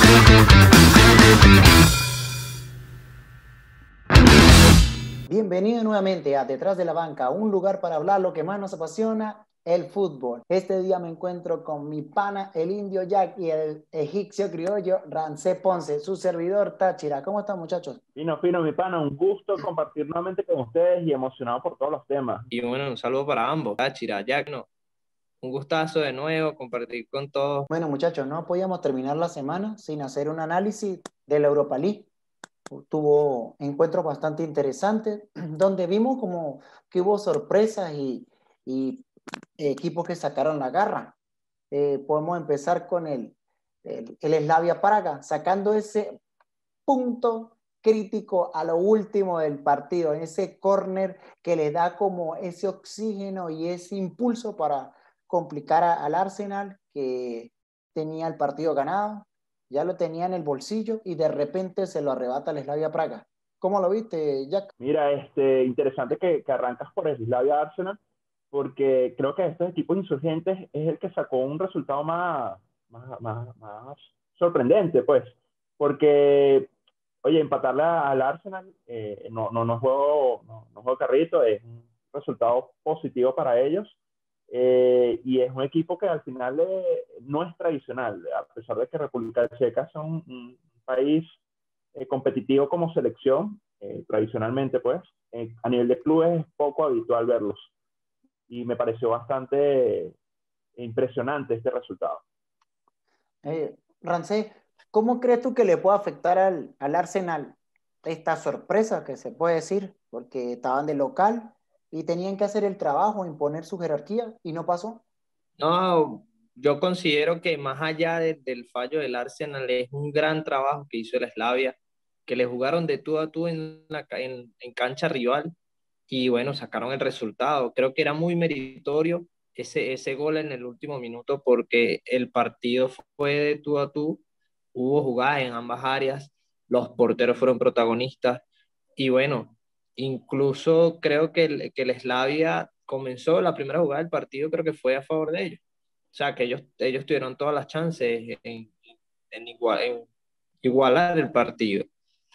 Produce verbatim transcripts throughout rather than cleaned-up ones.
Bienvenido nuevamente a Detrás de la Banca, un lugar para hablar lo que más nos apasiona, el fútbol. Este día me encuentro con mi pana, el indio Jack, y el egipcio criollo Rancé Ponce, su servidor Táchira. ¿Cómo están, muchachos? Fino, fino, mi pana, un gusto compartir nuevamente con ustedes y emocionado por todos los temas. Y bueno, un saludo para ambos. Táchira, Jack, no. Un gustazo de nuevo compartir con todos. Bueno, muchachos, no podíamos terminar la semana sin hacer un análisis de la Europa League. Tuvo encuentros bastante interesantes, donde vimos como que hubo sorpresas y, y equipos que sacaron la garra. Eh, podemos empezar con el, el, el Slavia Praga, sacando ese punto crítico a lo último del partido, en ese córner que le da como ese oxígeno y ese impulso para complicar a, al Arsenal, que tenía el partido ganado, ya lo tenía en el bolsillo y de repente se lo arrebata el Slavia Praga. ¿Cómo lo viste, Jack? Mira, este, interesante que, que arrancas por el Slavia Arsenal, porque creo que estos equipos insurgentes es el que sacó un resultado más, más, más, más sorprendente, pues, porque, oye, empatarle al Arsenal eh, no, no, no, juego, no, no juego carrito, es un resultado positivo para ellos. Eh, y es un equipo que al final eh, no es tradicional, a pesar de que República Checa es un, un país eh, competitivo como selección, eh, tradicionalmente pues, eh, a nivel de clubes es poco habitual verlos. Y me pareció bastante impresionante este resultado. Eh, Rancé, ¿cómo crees tú que le puede afectar al, al Arsenal esta sorpresa que se puede decir? Porque estaban de local y tenían que hacer el trabajo, imponer su jerarquía y no pasó. No, yo considero que más allá de- del fallo del Arsenal, es un gran trabajo que hizo el Slavia, que le jugaron de tú a tú en, la, ca- en, en cancha rival y bueno, sacaron el resultado. Creo que era muy meritorio ese, ese gol en el último minuto porque el partido fue de tú a tú, hubo jugadas en ambas áreas, los porteros fueron protagonistas y bueno, incluso creo que el, que el Slavia comenzó la primera jugada del partido, creo que fue a favor de ellos. O sea, que ellos, ellos tuvieron todas las chances en, en, igual, en igualar el partido.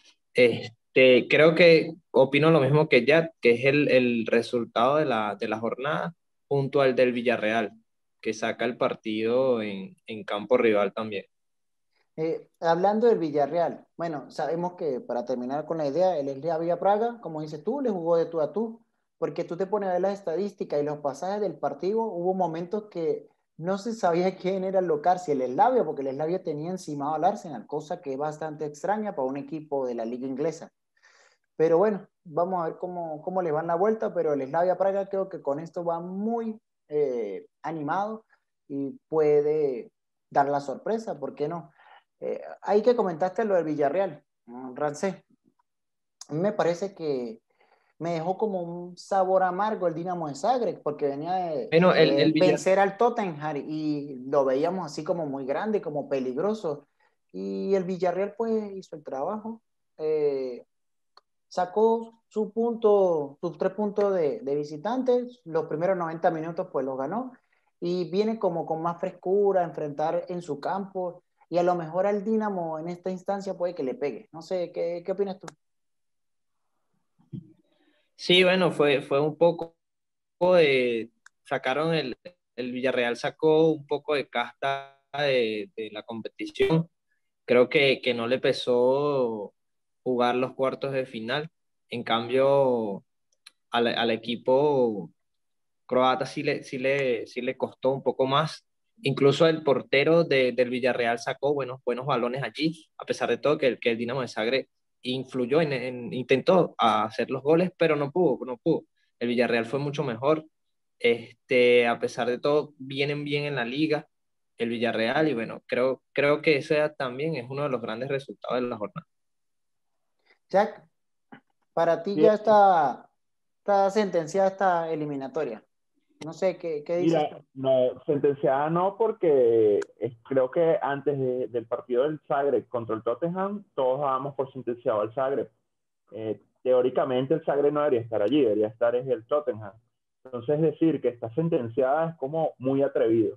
Este, creo que opino lo mismo que Jack, que es el, el resultado de la, de la jornada junto al del Villarreal, que saca el partido en, en campo rival también. Eh, hablando del Villarreal, bueno, sabemos que para terminar con la idea, el Slavia Praga, como dices tú, le jugó de tú a tú, porque tú te pones a ver las estadísticas y los pasajes del partido, hubo momentos que no se sabía quién era el local, si el Slavia, porque el Slavia tenía encimado al Arsenal, cosa que es bastante extraña para un equipo de la liga inglesa. Pero bueno, vamos a ver cómo, cómo le van la vuelta, pero el Slavia Praga creo que con esto va muy eh, animado y puede dar la sorpresa, ¿por qué no? Eh, ahí que comentaste lo del Villarreal, ¿no? Rancé, a mí me parece que me dejó como un sabor amargo el Dinamo de Zagreb, porque venía de Bueno, el, eh, el Villarreal. vencer al Tottenham y lo veíamos así como muy grande, como peligroso. Y el Villarreal pues hizo el trabajo, eh, sacó su punto, sus tres puntos de, de visitantes, los primeros noventa minutos pues los ganó y viene como con más frescura a enfrentar en su campo y a lo mejor al Dinamo en esta instancia puede que le pegue. No sé, ¿qué, qué opinas tú? Sí, bueno, fue, fue un poco de, sacaron el, el Villarreal sacó un poco de casta de, de la competición. Creo que, que no le pesó jugar los cuartos de final. En cambio, al, al equipo croata sí le, sí le, sí le costó un poco más. Incluso el portero de, del Villarreal sacó buenos, buenos balones allí, a pesar de todo que, el- que el Dinamo de Zagreb influyó en, en- intentó hacer los goles, pero no pudo, no pudo. El Villarreal fue mucho mejor. Este, a pesar de todo, vienen bien en la liga el Villarreal y bueno, creo, creo que ese también es uno de los grandes resultados de la jornada. Jack, para ti Sí, ya está, está sentenciada esta eliminatoria. No sé, ¿qué, qué dices mira, tú? no, sentenciada no porque eh, creo que antes de- del partido del Zagreb contra el Tottenham, todos dábamos por sentenciado al Zagreb. Eh, teóricamente el Zagreb no debería estar allí, debería estar es el Tottenham. Entonces decir que está sentenciada es como muy atrevido.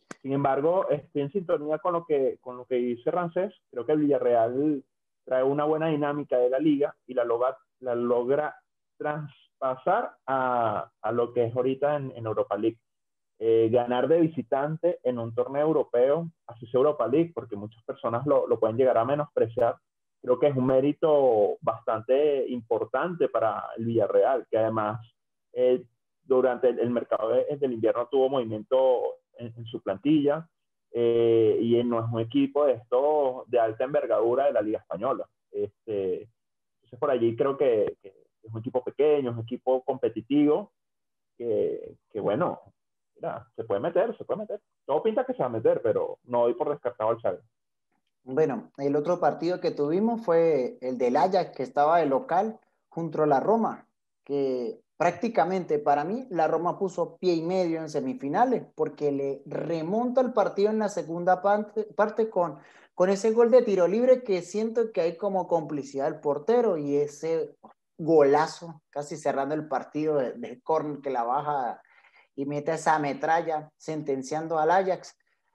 Sin embargo, estoy en sintonía con lo que, con lo que dice Rancés. Creo que el Villarreal trae una buena dinámica de la liga y la logra, la logra traspasar a, a lo que es ahorita en, en Europa League. Eh, ganar de visitante en un torneo europeo, así sea Europa League, porque muchas personas lo, lo pueden llegar a menospreciar, creo que es un mérito bastante importante para el Villarreal, que además eh, durante el, el mercado de, del invierno tuvo movimiento en, en su plantilla, eh, y no es un equipo de estos de alta envergadura de la Liga Española. Este, entonces por allí creo que, que es un equipo pequeño, es un equipo competitivo, que, que bueno, mira, se puede meter, se puede meter. Todo pinta que se va a meter, pero no doy por descartado al Xavi. Bueno, el otro partido que tuvimos fue el del Ajax, que estaba de local junto a la Roma, que prácticamente para mí la Roma puso pie y medio en semifinales, porque le remonta el partido en la segunda parte, parte con, con ese gol de tiro libre que siento que hay como complicidad del portero y ese golazo, casi cerrando el partido de, de córner que la baja y mete esa metralla sentenciando al Ajax.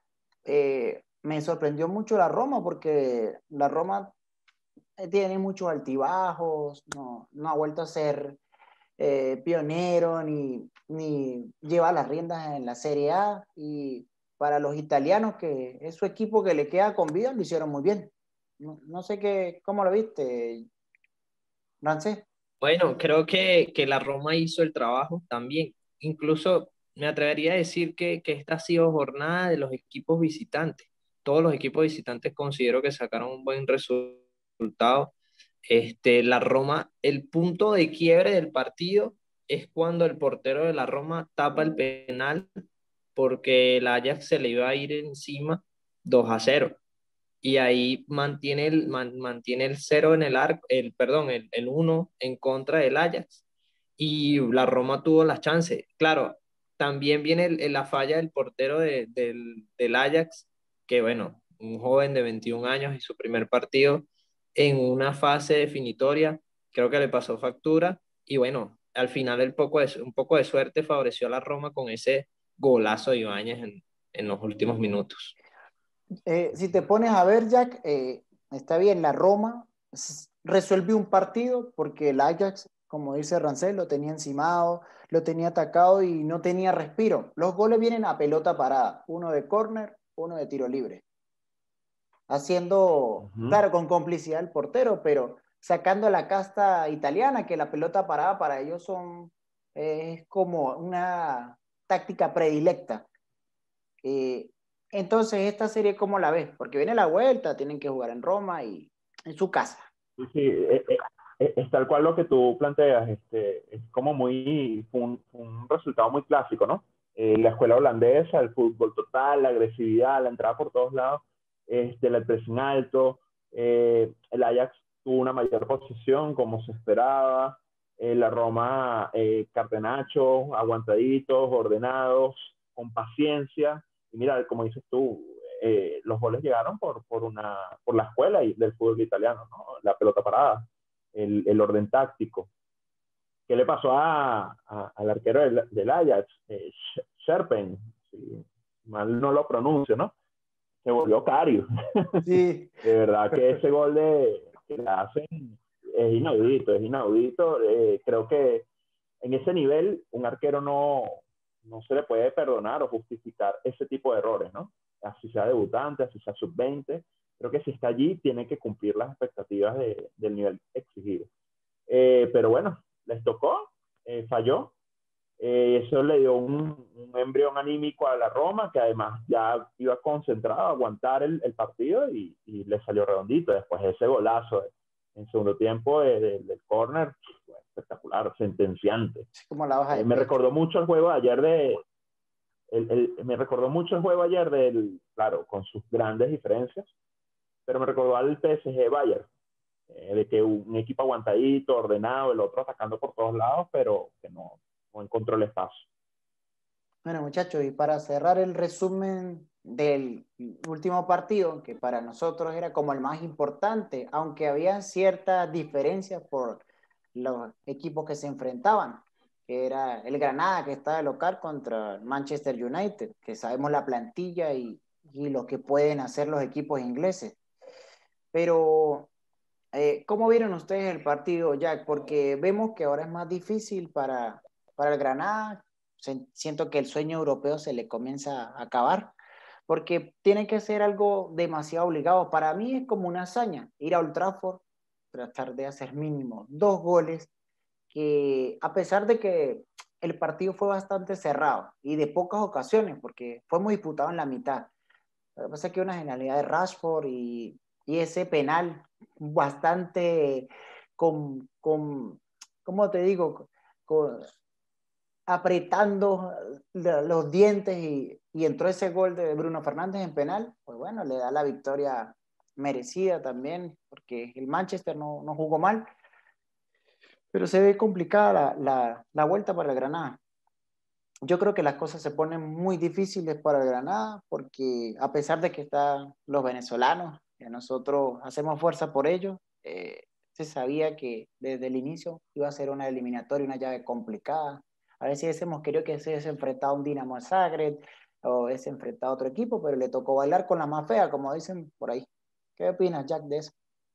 Eh, me sorprendió mucho la Roma porque la Roma tiene muchos altibajos, no, no ha vuelto a ser eh, pionero ni, ni lleva las riendas en la Serie A, y para los italianos, que es su equipo que le queda con vida, lo hicieron muy bien. No, no sé qué, cómo lo viste, Francés. Bueno, creo que, que la Roma hizo el trabajo también. Incluso me atrevería a decir que, que esta ha sido jornada de los equipos visitantes. Todos los equipos visitantes considero que sacaron un buen resultado. Este, la Roma, el punto de quiebre del partido es cuando el portero de la Roma tapa el penal porque el Ajax se le iba a ir encima dos a cero, y ahí mantiene el, man, mantiene el cero en el arco, el, perdón, el, el uno en contra del Ajax, y la Roma tuvo las chances. Claro, también viene el, el, la falla del portero de, del, del Ajax, que bueno, un joven de veintiún años y su primer partido en una fase definitoria, creo que le pasó factura, y bueno, al final el poco de, un poco de suerte favoreció a la Roma con ese golazo de Ibáñez en, en los últimos minutos. Eh, si te pones a ver, Jack, eh, está bien, la Roma resuelve un partido porque el Ajax, como dice Rancel, lo tenía encimado, lo tenía atacado y no tenía respiro. Los goles vienen a pelota parada, uno de córner, uno de tiro libre, haciendo, Uh-huh. claro, con complicidad el portero, pero sacando la casta italiana, que la pelota parada para ellos son, eh, es como una táctica predilecta. Eh, entonces, esta serie, ¿cómo la ves? Porque viene la vuelta, tienen que jugar en Roma y en su casa. Sí, sí, es, es, es tal cual lo que tú planteas. Este, es como muy, un, un resultado muy clásico, ¿no? Eh, la escuela holandesa, el fútbol total, la agresividad, la entrada por todos lados, este, el pressing alto. Eh, el Ajax tuvo una mayor posesión, como se esperaba. Eh, la Roma, eh, Catenaccio, aguantaditos, ordenados, con paciencia. Y mira, como dices tú, eh, los goles llegaron por, por, una, por la escuela y del fútbol italiano, ¿no? La pelota parada, el, el orden táctico. ¿Qué le pasó a, a, al arquero del, del Ajax? Eh, Scherpen, si mal no lo pronuncio, ¿no? Se volvió Karius. Sí. De verdad que ese gol de, que le hacen es inaudito, es inaudito. Eh, creo que en ese nivel un arquero no, no se le puede perdonar o justificar ese tipo de errores, ¿no? Así sea debutante, así sea sub veinte. Creo que si está allí tiene que cumplir las expectativas de, del nivel exigido. Eh, pero bueno, les tocó, eh, falló. Eh, eso le dio un, un embrión anímico a la Roma, que además ya iba concentrado a aguantar el, el partido y, y le salió redondito. Después ese golazo en segundo tiempo de, de, del córner, espectacular, sentenciante. Como la hoja de Eh, me pecho. recordó mucho el juego de ayer de... El, el, me recordó mucho el juego ayer del, claro, con sus grandes diferencias, pero me recordó al P S G Bayern, eh, de que un equipo aguantadito, ordenado, el otro atacando por todos lados, pero que no, no encontró el espacio. Bueno, muchachos, y para cerrar el resumen del último partido, que para nosotros era como el más importante, aunque había ciertas diferencias por los equipos que se enfrentaban. que era el Granada, que está de local contra el Manchester United, que sabemos la plantilla y, y lo que pueden hacer los equipos ingleses. Pero, eh, ¿cómo vieron ustedes el partido, Jack? Porque vemos que ahora es más difícil para, para el Granada. Se- siento que el sueño europeo se le comienza a acabar, porque tiene que ser algo demasiado obligado. Para mí es como una hazaña ir a Old Trafford, tratar de hacer mínimo dos goles, que a pesar de que el partido fue bastante cerrado y de pocas ocasiones, porque fue muy disputado en la mitad. Lo que pasa es que una genialidad de Rashford y, y ese penal bastante con, con, ¿cómo te digo? Con, apretando los dientes y, y entró ese gol de Bruno Fernández en penal, pues bueno, le da la victoria merecida también, porque el Manchester no, no jugó mal, pero se ve complicada la, la, la vuelta para el Granada. Yo creo que las cosas se ponen muy difíciles para el Granada porque a pesar de que están los venezolanos, que nosotros hacemos fuerza por ellos, eh, se sabía que desde el inicio iba a ser una eliminatoria, una llave complicada. A veces hubiésemos querido que se hubiese enfrentado a un Dinamo Zagreb o hubiese enfrentado a otro equipo, pero le tocó bailar con la más fea, como dicen por ahí. ¿Qué opinas, Jack, de eso?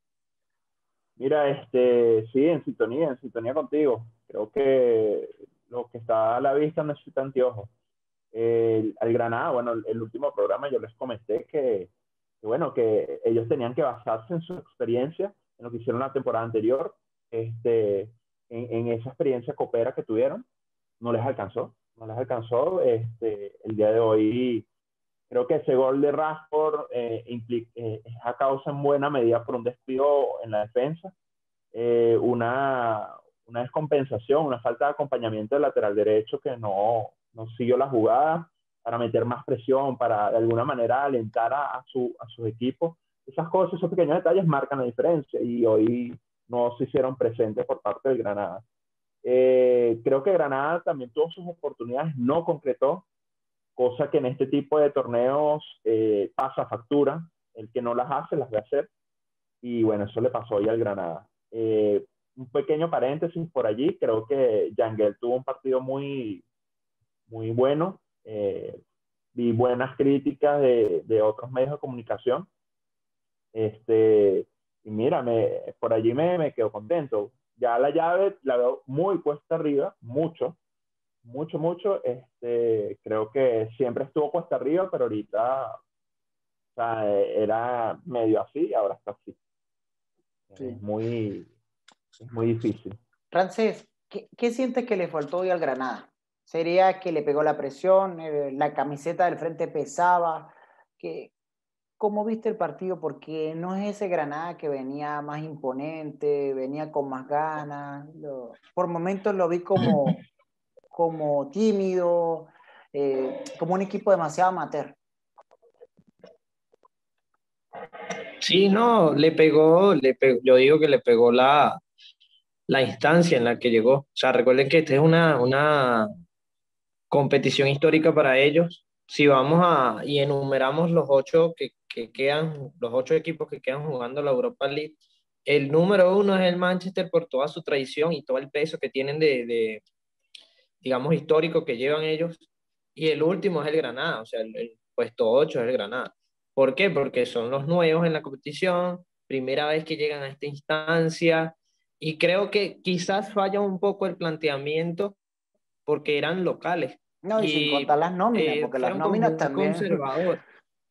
Mira, este, sí, en sintonía, en sintonía contigo. Creo que lo que está a la vista no es anteojos. El, al Granada, bueno, el, el último programa yo les comenté que, que, bueno, que ellos tenían que basarse en su experiencia, en lo que hicieron la temporada anterior, este, en, en esa experiencia copera que tuvieron. No les alcanzó, no les alcanzó. Este, el día de hoy creo que ese gol de Rashford eh, implica, eh, es a causa en buena medida por un descuido en la defensa, eh, una, una descompensación, una falta de acompañamiento del lateral derecho que no, no siguió la jugada para meter más presión, para de alguna manera alentar a, a, su, a sus equipos. Esas cosas, esos pequeños detalles marcan la diferencia y hoy no se hicieron presentes por parte del Granada. Eh, creo que Granada también tuvo sus oportunidades, no concretó, cosa que en este tipo de torneos eh, pasa factura. El que no las hace, las va a hacer. Y bueno, eso le pasó hoy al Granada. Eh, un pequeño paréntesis por allí, creo que Yangel tuvo un partido muy, muy bueno. Eh, vi buenas críticas de, de, otros medios de comunicación. Este, y mira, me, por allí me, me quedo contento. Ya la llave la veo muy puesta arriba, mucho, mucho, mucho. Este, creo que siempre estuvo cuesta arriba, pero ahorita, o sea, era medio así, ahora está así. Sí. Es muy, es muy difícil. Francés, ¿qué, qué sientes que le faltó hoy al Granada? ¿Sería que le pegó la presión, eh, la camiseta del frente pesaba? ¿Qué, ¿Cómo viste el partido? Porque no es ese Granada que venía más imponente, venía con más ganas. Lo, por momentos lo vi como, como tímido, eh, como un equipo demasiado amateur. Sí, no, le pegó, le pegó, yo digo que le pegó la, la instancia en la que llegó. O sea, recuerden que esta es una, una competición histórica para ellos. Si vamos a y enumeramos los ocho que, que quedan, los ocho equipos que quedan jugando la Europa League, el número uno es el Manchester por toda su tradición y todo el peso que tienen de, de digamos, histórico que llevan ellos. Y el último es el Granada, o sea, el, el puesto ocho es el Granada. ¿Por qué? Porque son los nuevos en la competición, primera vez que llegan a esta instancia, y creo que quizás falla un poco el planteamiento porque eran locales No, y sin contar y las nóminas, eh, porque las fueron como nóminas muy también. conservadores.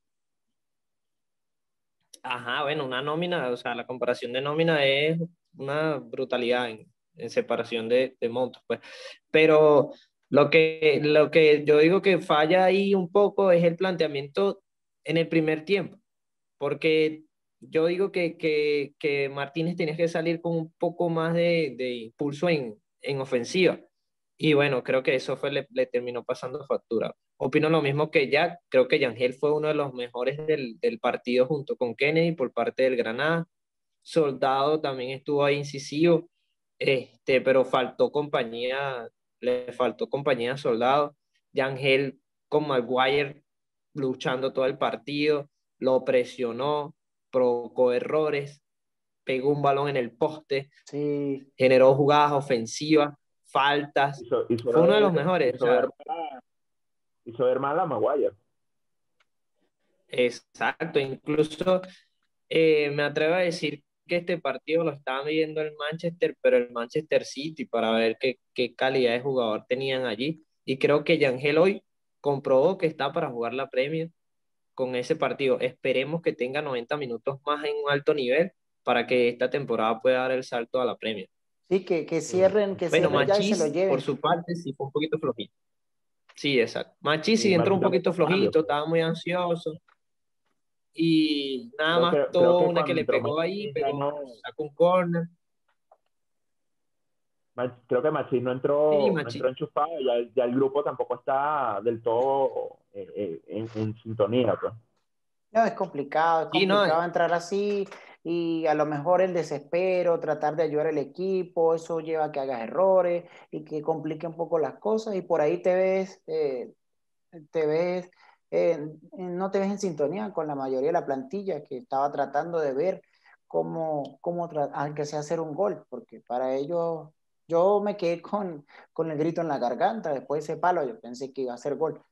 Ajá, bueno, una nómina, o sea, la comparación de nómina es una brutalidad en, en separación de, de montos, pues. Pero lo que, lo que yo digo que falla ahí un poco es el planteamiento en el primer tiempo, porque yo digo que, que, que Martínez tenía que salir con un poco más de, de impulso en, en ofensiva. Y bueno, creo que eso fue, le, le terminó pasando factura. Opino lo mismo que Jack, creo que Yangel fue uno de los mejores del, del partido junto con Kennedy por parte del Granada. Soldado también estuvo ahí incisivo, este, pero faltó compañía, le faltó compañía a Soldado. Yangel con Maguire luchando todo el partido, lo presionó, provocó errores, pegó un balón en el poste, Sí, generó jugadas ofensivas, faltas. Hizo, hizo Fue uno de ver, los mejores. hizo O sea, ver mal, hizo ver mal a Maguire. exacto, incluso eh, me atrevo a decir que este partido lo estaba viendo el Manchester, pero el Manchester City, para ver qué, qué calidad de jugador tenían allí. Y creo que Yangel hoy comprobó que está para jugar la Premier con ese partido. Esperemos que tenga noventa minutos más en un alto nivel para que esta temporada pueda dar el salto a la Premier. Sí, que, que Sí. cierren, que Bueno, cierren ya y se lo Machís, por lleven. su parte, sí fue un poquito flojito. Sí, exacto. Machís Y sí entró Machi un también poquito hizo cambios, flojito, pues. estaba muy ansioso y nada Creo más que, creo tuvo que una que cuando le entró pegó ahí, Machi ya pero no, sacó un corner. Mach- creo que Machi no Sí, entró, no entró Machís. enchufado, ya, ya el grupo tampoco está del todo eh, eh, en, en sintonía, pues. No, es complicado, es Sí, no, complicado entrar así y a lo mejor el desespero, tratar de ayudar al equipo, eso lleva a que hagas errores y que complique un poco las cosas y por ahí te ves, eh, te ves, eh, no te ves en sintonía con la mayoría de la plantilla que estaba tratando de ver cómo, cómo tra- aunque sea hacer un gol, porque para ellos yo me quedé con, con el grito en la garganta después de ese palo, yo pensé que iba a hacer gol.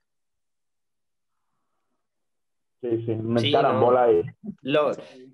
Sí, sí, una sí, carambola no. ahí. Lo,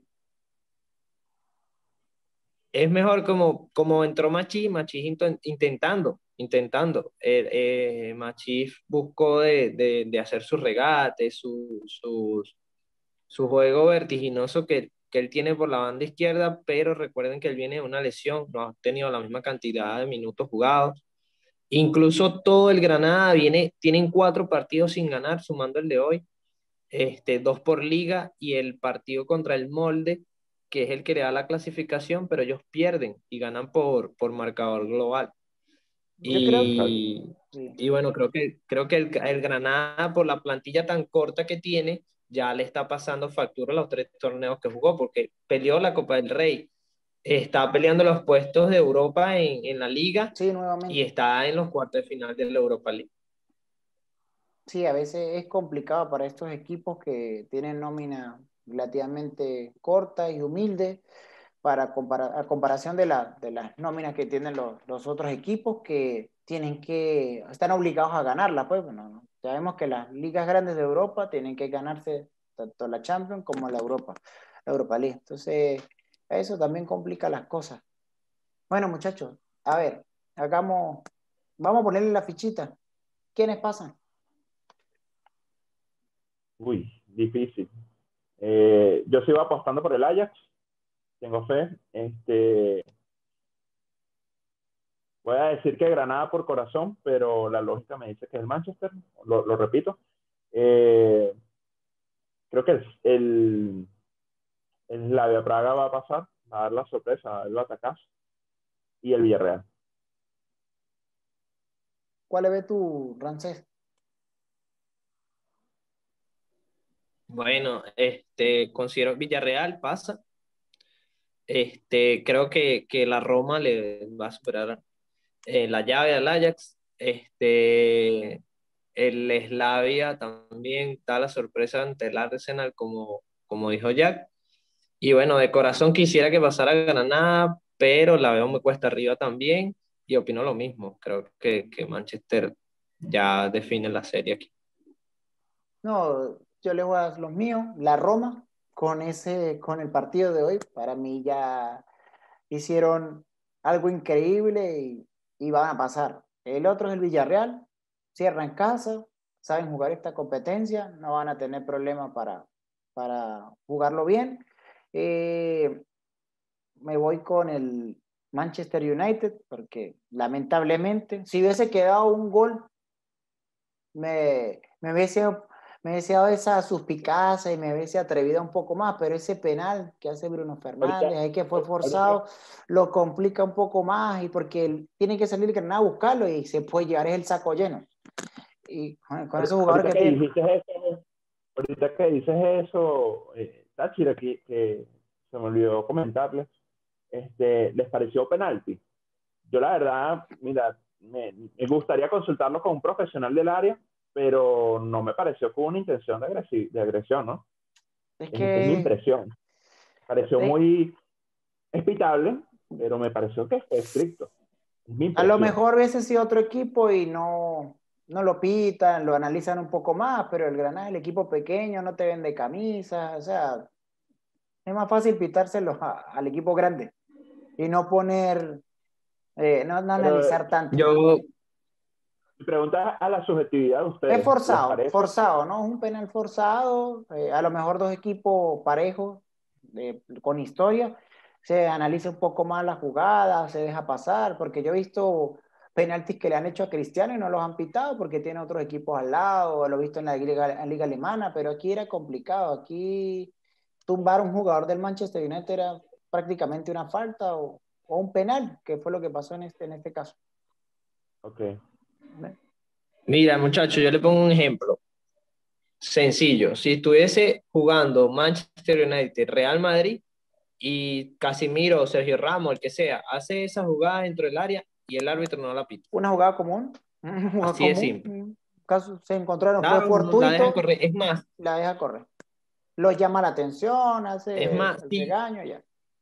es mejor como, como entró Machís, Machís into- intentando, intentando. Eh, eh, Machís buscó de, de, de hacer sus regates, su, sus su juego vertiginoso que, que él tiene por la banda izquierda, pero recuerden que él viene de una lesión, no ha tenido la misma cantidad de minutos jugados. Incluso todo el Granada viene, tienen cuatro partidos sin ganar, sumando el de hoy, este, dos por liga y el partido contra el Molde, que es el que le da la clasificación, pero ellos pierden y ganan por, por marcador global. Yo creo que Exacto. Y, sí. y bueno, creo que, creo que el, el Granada, por la plantilla tan corta que tiene, ya le está pasando factura a los tres torneos que jugó, porque peleó la Copa del Rey, está peleando los puestos de Europa en, en la liga Sí, y nuevamente. está en los cuartos de final de la Europa League. Sí, a veces es complicado para estos equipos que tienen nómina relativamente corta y humilde para compara- a comparación de, la, de las nóminas que tienen los, los otros equipos que tienen que, están obligados a ganarla, pues, bueno, ¿no? Sabemos que las ligas grandes de Europa tienen que ganarse tanto la Champions como la Europa, la Europa League. Entonces, eso también complica las cosas. Bueno, muchachos, a ver, hagamos, vamos a ponerle la fichita. ¿Quiénes pasan? Uy, difícil. Eh, yo sigo apostando por el Ajax, tengo fe. Este, voy a decir que Granada por corazón, pero la lógica me dice que es el Manchester, lo, lo repito. Eh, creo que el, el, el Slavia Praga va a pasar, va a dar la sorpresa, va a dar el batacazo, y el Villarreal. ¿Cuál le ve tu Rancés? Bueno, este, considero Villarreal pasa. Este, creo que, que la Roma le va a superar eh, la llave al Ajax. Este, el Slavia también da la sorpresa ante el Arsenal, como, como dijo Jack. Y bueno, de corazón quisiera que pasara Granada, pero la veo muy cuesta arriba también. Y opino lo mismo. Creo que, que Manchester ya define la serie aquí. No, yo le voy a dar los míos. La Roma, con ese, con el partido de hoy, para mí ya hicieron algo increíble y, y van a pasar. El otro es el Villarreal, cierra en casa, saben jugar esta competencia, no van a tener problemas para, para jugarlo bien. Eh, me voy con el Manchester United, porque lamentablemente, si hubiese quedado un gol me, me hubiese, me hubiese dado esa suspicacia y me hubiese atrevido un poco más, pero ese penal que hace Bruno Ahorita, Fernández, ahí que fue ahorita, forzado, lo complica un poco más y porque él tiene que salir Granada a buscarlo y se puede llevar es el saco lleno. Y con, con esos jugadores ahorita que que tiene. dijiste eso, ahorita que dices eso, eh, Táchira, que, que se me olvidó comentarles, este, ¿les pareció penalti? Yo la verdad, mira, me, me gustaría consultarlo con un profesional del área, pero no me pareció con una intención de, agresi- de agresión, ¿no? Es Es, es mi que impresión. Pareció eh, muy expitable, pero me pareció que fue estricto. Es mi A lo impresión. mejor hubiese sido otro equipo y no, no lo pitan, lo analizan un poco más, pero el Granada es el equipo pequeño, no te vende camisas, o sea, es más fácil pitárselos a- al equipo grande y no poner, eh, no, no Pero analizar tanto. Yo, mi pregunta es a la subjetividad de Es ustedes. ¿Les forzado, parece? forzado, ¿no? Es un penal forzado, eh, a lo mejor dos equipos parejos, de- con historia, se analiza un poco más la jugada, se deja pasar, porque yo he visto penaltis que le han hecho a Cristiano y no los han pitado porque tiene otros equipos al lado, lo he visto en la liga, en la liga alemana, pero aquí era complicado, aquí tumbar a un jugador del Manchester United era prácticamente una falta o, o un penal, que fue lo que pasó en este, en este caso. Ok. mira, muchachos, yo le pongo un ejemplo sencillo. Si estuviese jugando Manchester United, Real Madrid y Casimiro o Sergio Ramos, el que sea, hace esa jugada dentro del área y el árbitro no la pita. Una jugada común, una jugada Así de común, simple. un caso, se encontraron, fue La, la dejan fortuito, correr. Es más, la deja correr. Los llama la atención, es hace más, el si, regaño, ya.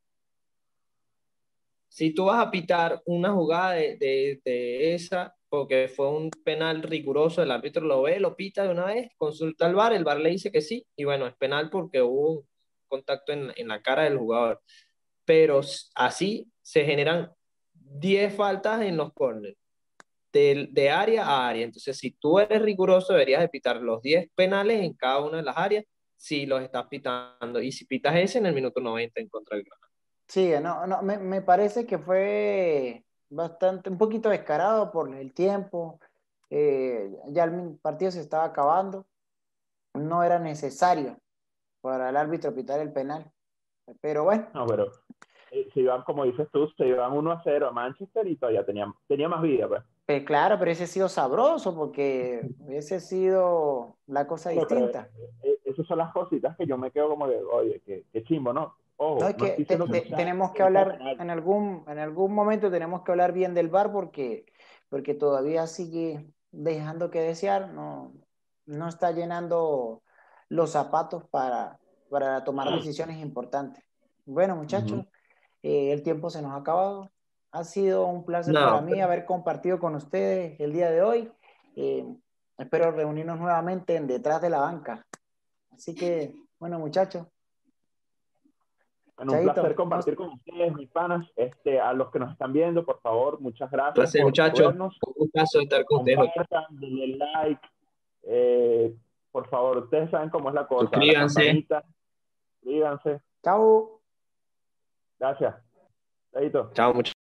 si tú vas a pitar una jugada de, de, de esa, porque fue un penal riguroso, el árbitro lo ve, lo pita de una vez, consulta al V A R, el V A R le dice que sí, y bueno, es penal porque hubo un contacto en, en la cara del jugador. Pero así se generan diez faltas en los corners, de, de área a área. Entonces, si tú eres riguroso, deberías de pitar los diez penales en cada una de las áreas, si los estás pitando. Y si pitas ese en el minuto noventa en contra del Granada. Sí, no, no, me, me parece que fue bastante, un poquito descarado por el tiempo. Eh, ya el partido se estaba acabando. No era necesario para el árbitro pitar el penal. Pero bueno, No, pero eh, se iban, como dices tú, se iban uno a cero a Manchester y todavía tenía, tenía más vida, pues. pues claro, pero ese ha sido sabroso porque hubiese sido la cosa Pero, pero eh, distinta. eh, esas son las cositas que yo me quedo como de, oye, qué, qué chimbo, ¿no? No, Ojo, es no que estoy te- diciendo que te- no sea, tenemos que que no sea hablar penal. en algún, en algún momento tenemos que hablar bien del V A R porque, porque todavía sigue dejando que desear, no, no está llenando los zapatos para, para tomar decisiones importantes. Bueno, Ujú. muchachos, eh, el tiempo se nos ha acabado. Ha sido un placer para No, mí haber compartido con ustedes el día de hoy. Eh, espero reunirnos nuevamente en Detrás de la Banca. Así que, bueno, muchachos, Bueno, un placer chaito, nos, compartir con ustedes, mis panas. Este, a los que nos están viendo, por favor, muchas gracias placer, por, por muchachos. vernos. Un gustazo estar con ustedes. Compartan, denle like. Eh, por favor, ustedes saben cómo es la cosa. La Suscríbanse. campanita, suscríbanse. chao. Gracias. Chaito. Chao, muchachos.